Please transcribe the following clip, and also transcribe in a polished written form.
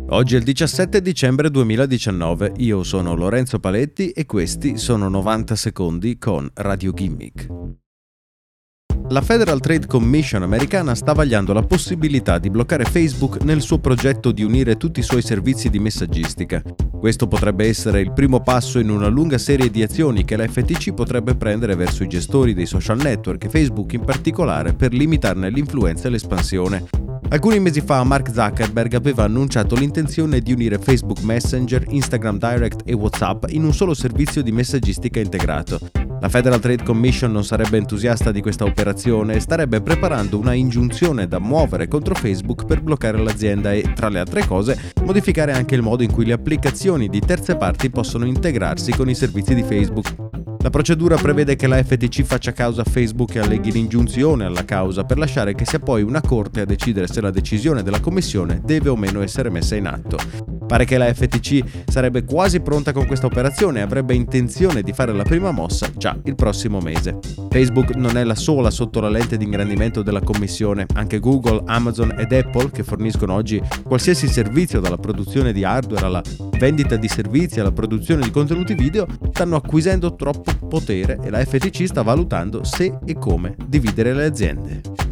Oggi è il 17 dicembre 2019, io sono Lorenzo Paletti e questi sono 90 secondi con Radio Gimmick. La Federal Trade Commission americana sta vagliando la possibilità di bloccare Facebook nel suo progetto di unire tutti i suoi servizi di messaggistica. Questo potrebbe essere il primo passo in una lunga serie di azioni che la FTC potrebbe prendere verso i gestori dei social network e Facebook in particolare per limitarne l'influenza e l'espansione. Alcuni mesi fa Mark Zuckerberg aveva annunciato l'intenzione di unire Facebook Messenger, Instagram Direct e WhatsApp in un solo servizio di messaggistica integrato. La Federal Trade Commission non sarebbe entusiasta di questa operazione e starebbe preparando una ingiunzione da muovere contro Facebook per bloccare l'azienda e, tra le altre cose, modificare anche il modo in cui le applicazioni di terze parti possono integrarsi con i servizi di Facebook. La procedura prevede che la FTC faccia causa a Facebook e alleghi l'ingiunzione alla causa per lasciare che sia poi una corte a decidere se la decisione della commissione deve o meno essere messa in atto. Pare che la FTC sarebbe quasi pronta con questa operazione e avrebbe intenzione di fare la prima mossa già il prossimo mese. Facebook non è la sola sotto la lente di ingrandimento della commissione. Anche Google, Amazon ed Apple, che forniscono oggi qualsiasi servizio dalla produzione di hardware alla vendita di servizi alla produzione di contenuti video, stanno acquisendo troppo potere e la FTC sta valutando se e come dividere le aziende.